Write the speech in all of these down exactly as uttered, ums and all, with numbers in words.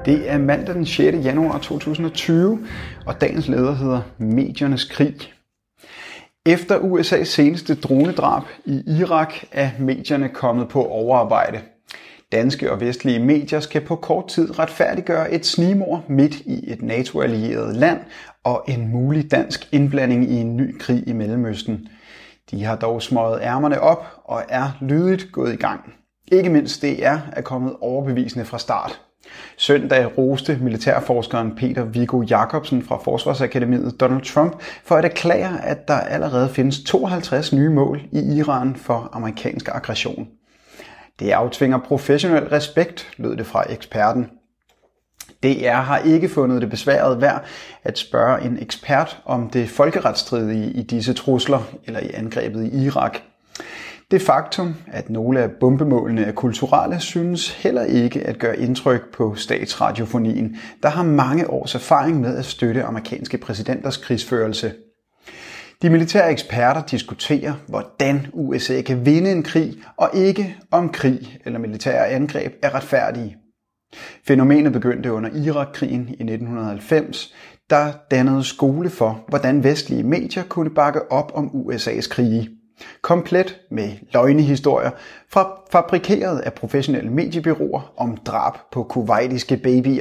Det er mandag den sjette januar to tusind og tyve, og dagens leder hedder Mediernes krig. Efter U S A's seneste dronedrab i Irak er medierne kommet på overarbejde. Danske og vestlige medier skal på kort tid retfærdiggøre et snigmord midt i et NATO-allieret land og en mulig dansk indblanding i en ny krig i Mellemøsten. De har dog smøget ærmerne op og er lydigt gået i gang. Ikke mindst D R er kommet overbevisende fra start. Søndag roste militærforskeren Peter Viggo Jacobsen fra Forsvarsakademiet Donald Trump for at erklære, at der allerede findes tooghalvtreds nye mål i Iran for amerikansk aggression. Det aftvinger professionel respekt, lød det fra eksperten. D R har ikke fundet det besværet værd at spørge en ekspert om det folkeretsstridige i disse trusler eller i angrebet i Irak. Det faktum, at nogle af bombemålene er kulturelle, synes heller ikke at gøre indtryk på statsradiofonien, der har mange års erfaring med at støtte amerikanske præsidenters krigsførelse. De militære eksperter diskuterer, hvordan U S A kan vinde en krig, og ikke om krig eller militære angreb er retfærdige. Fænomenet begyndte under Irakkrigen i nitten halvfems, der dannede skole for, hvordan vestlige medier kunne bakke op om U S A's krige. Komplet med løgnehistorier fra fabrikeret af professionelle mediebureauer om drab på kuwaitiske babyer.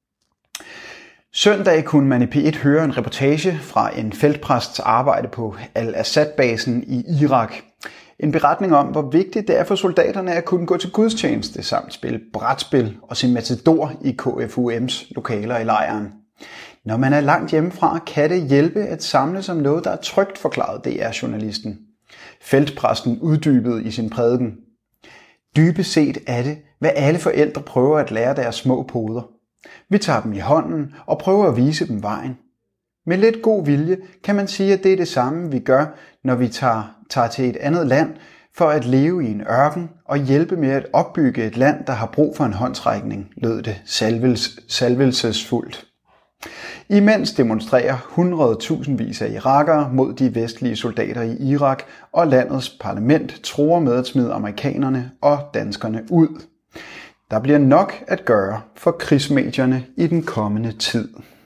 Søndag kunne man i P et høre en reportage fra en feltpræsts arbejde på Al-Assad-basen i Irak. En beretning om, hvor vigtigt det er for soldaterne at kunne gå til gudstjeneste samt spille brætspil og se Matador i K F U M's lokaler i lejren. Når man er langt hjemmefra, kan det hjælpe at samle som noget, der er trygt, forklarede D R-journalisten. Feltpræsten uddybede i sin prædiken. Dybest set er det, hvad alle forældre prøver at lære deres små poder. Vi tager dem i hånden og prøver at vise dem vejen. Med lidt god vilje kan man sige, at det er det samme, vi gør, når vi tager, tager til et andet land for at leve i en ørken og hjælpe med at opbygge et land, der har brug for en håndsrækning, lød det salvels, salvelsesfuldt. Imens demonstrerer hundredtusindvis af irakere mod de vestlige soldater i Irak, og landets parlament truer med at smide amerikanerne og danskerne ud. Der bliver nok at gøre for krigsmedierne i den kommende tid.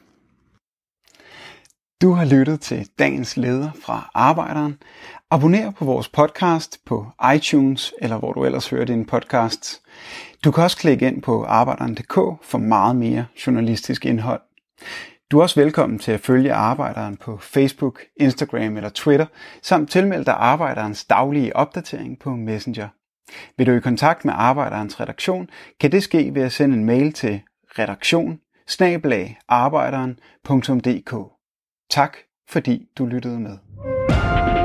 Du har lyttet til dagens leder fra Arbejderen. Abonner på vores podcast på iTunes, eller hvor du ellers hører dine podcasts. Du kan også klikke ind på arbejderen punktum d k for meget mere journalistisk indhold. Du er også velkommen til at følge Arbejderen på Facebook, Instagram eller Twitter, samt tilmelde dig Arbejderens daglige opdatering på Messenger. Vil du i kontakt med Arbejderens redaktion, kan det ske ved at sende en mail til redaktion bindestreg arbejderen punktum d k. Tak fordi du lyttede med.